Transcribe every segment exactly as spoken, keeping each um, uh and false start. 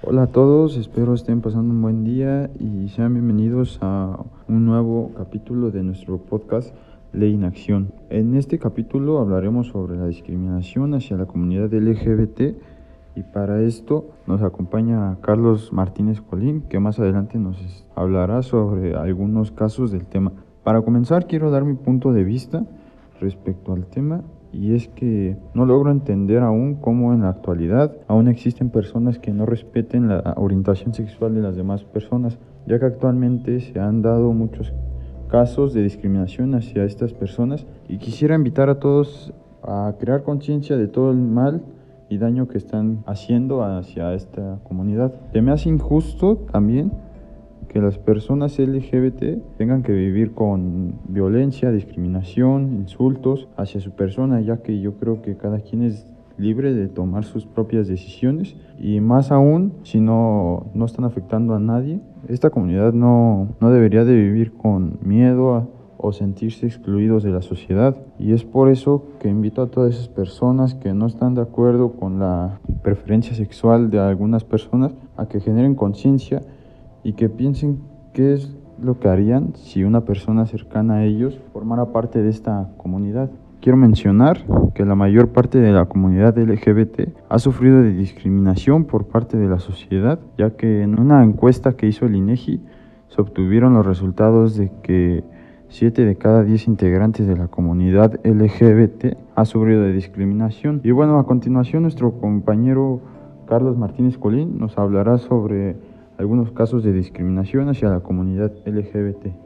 Hola a todos, espero estén pasando un buen día y sean bienvenidos a un nuevo capítulo de nuestro podcast Ley en Acción. En este capítulo hablaremos sobre la discriminación hacia la comunidad L G B T y para esto nos acompaña Carlos Martínez Colín, que más adelante nos hablará sobre algunos casos del tema. Para comenzar, quiero dar mi punto de vista respecto al tema. Y es que no logro entender aún cómo en la actualidad aún existen personas que no respeten la orientación sexual de las demás personas, ya que actualmente se han dado muchos casos de discriminación hacia estas personas y quisiera invitar a todos a crear conciencia de todo el mal y daño que están haciendo hacia esta comunidad. Se me hace injusto también que las personas L G B T tengan que vivir con violencia, discriminación, insultos hacia su persona, ya que yo creo que cada quien es libre de tomar sus propias decisiones y más aún si no, no están afectando a nadie. Esta comunidad no, no debería de vivir con miedo a, o sentirse excluidos de la sociedad, y es por eso que invito a todas esas personas que no están de acuerdo con la preferencia sexual de algunas personas a que generen conciencia y que piensen qué es lo que harían si una persona cercana a ellos formara parte de esta comunidad. Quiero mencionar que la mayor parte de la comunidad L G B T ha sufrido de discriminación por parte de la sociedad, ya que en una encuesta que hizo el INEGI se obtuvieron los resultados de que siete de cada diez integrantes de la comunidad L G B T ha sufrido de discriminación. Y bueno, a continuación nuestro compañero Carlos Martínez Colín nos hablará sobre algunos casos de discriminación hacia la comunidad L G B T.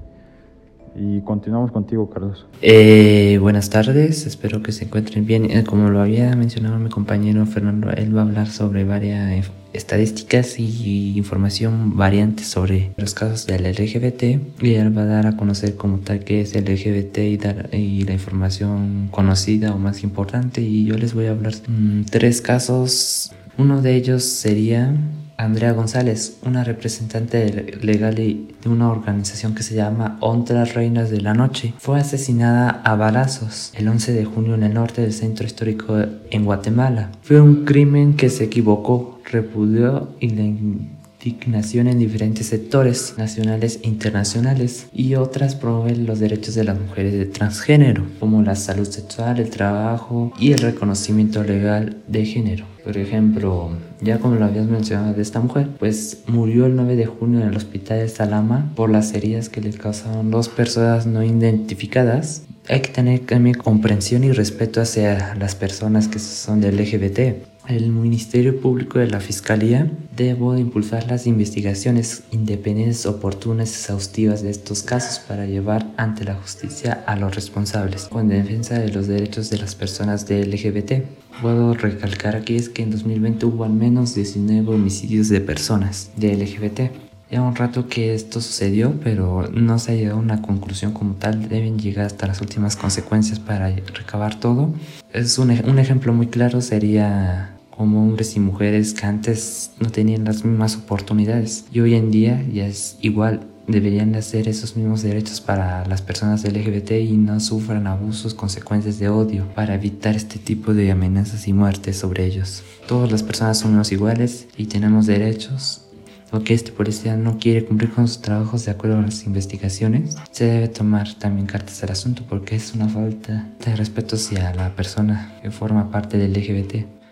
Y continuamos contigo, Carlos. Eh, buenas tardes, espero que se encuentren bien. Eh, como lo había mencionado mi compañero Fernando, él va a hablar sobre varias estadísticas y información variante sobre los casos del L G B T, y él va a dar a conocer como tal qué es el L G B T y, dar, y la información conocida o más importante. Y yo les voy a hablar mmm, tres casos. Uno de ellos sería Andrea González, una representante legal de una organización que se llama Otras Reinas de la Noche. Fue asesinada a balazos el once de junio en el norte del centro histórico en Guatemala. Fue un crimen que se equivocó, repudió y la indignación en diferentes sectores nacionales e internacionales, y otras promueven los derechos de las mujeres de transgénero, como la salud sexual, el trabajo y el reconocimiento legal de género. Por ejemplo, ya como lo habías mencionado de esta mujer, pues murió el nueve de junio en el hospital de Salama por las heridas que le causaron dos personas no identificadas. Hay que tener también comprensión y respeto hacia las personas que son del L G B T. El Ministerio Público de la Fiscalía debe impulsar las investigaciones independientes, oportunas y exhaustivas de estos casos para llevar ante la justicia a los responsables con defensa de los derechos de las personas de L G B T. Puedo recalcar aquí es que en dos mil veinte hubo al menos diecinueve homicidios de personas de L G B T. Ya un rato que esto sucedió, pero no se ha llegado a una conclusión como tal. Deben llegar hasta las últimas consecuencias para recabar todo. Es un, un ejemplo muy claro sería como hombres y mujeres que antes no tenían las mismas oportunidades y hoy en día ya es igual. Deberían de hacer esos mismos derechos para las personas L G B T y no sufran abusos, consecuencias de odio, para evitar este tipo de amenazas y muertes sobre ellos. Todas las personas somos iguales y tenemos derechos. O que este policía no quiere cumplir con sus trabajos de acuerdo a las investigaciones, se debe tomar también cartas al asunto, porque es una falta de respeto hacia la persona que forma parte del L G B T.